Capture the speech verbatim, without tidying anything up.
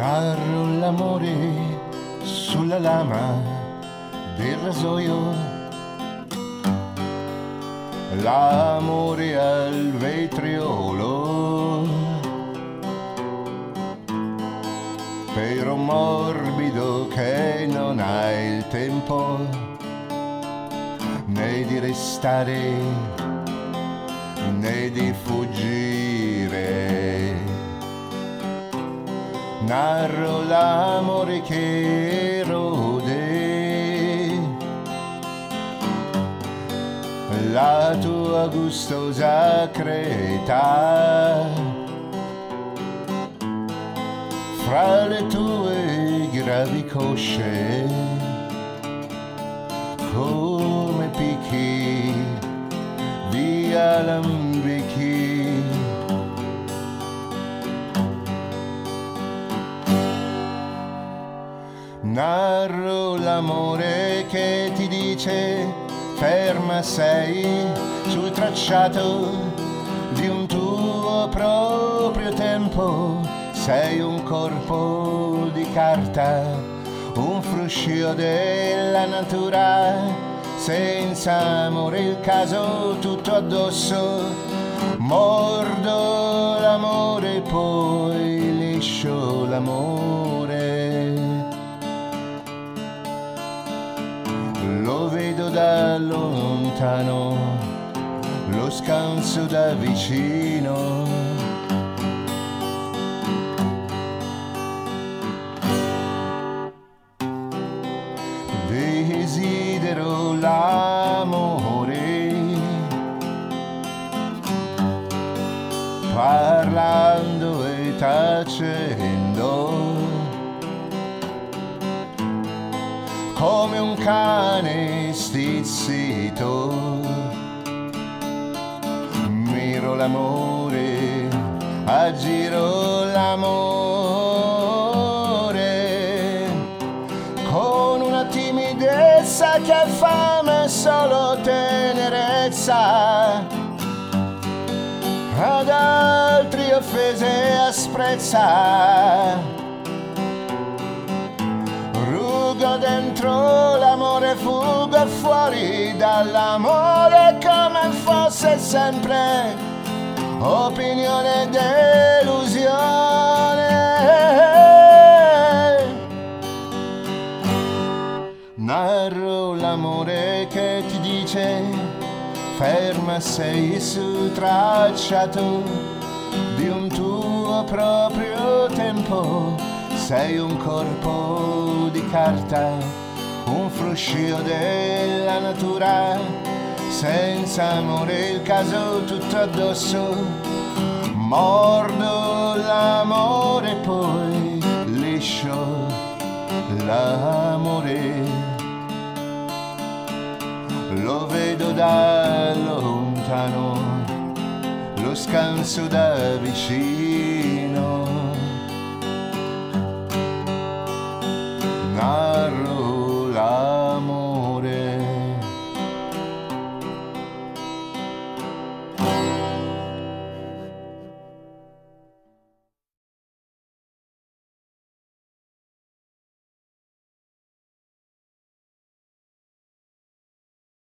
Narro l'amore sulla lama del rasoio, l'amore al vetriolo, però morbido che non ha il tempo né di restare né di fuggire. Narro l'amore che rode, la tua gustosa creta, fra le tue gravi cosce, come picchi di alambichi. Narro l'amore che ti dice ferma sei sul tracciato di un tuo proprio tempo. Sei un corpo di carta, un fruscio della natura, senza amore il caso tutto addosso. Mordo l'amore poi liscio l'amore. Lo vedo da lontano, lo scanso da vicino. Desidero l'amore, parlando e tacendo, come un cane stizzito. Miro l'amore, aggiro l'amore, con una timidezza che ha fame solo tenerezza, ad altri offese asprezza. Rugo dentro l'amore, fugo fuori dall'amore, come fosse sempre opinione e delusione. Narro l'amore che ti dice ferma sei sul tracciato di un tuo proprio tempo. Sei un corpo di carta, un fruscio della natura, senza amore il caso tutto addosso. Mordo l'amore poi liscio l'amore. Lo vedo da lontano, lo scanso da vicino.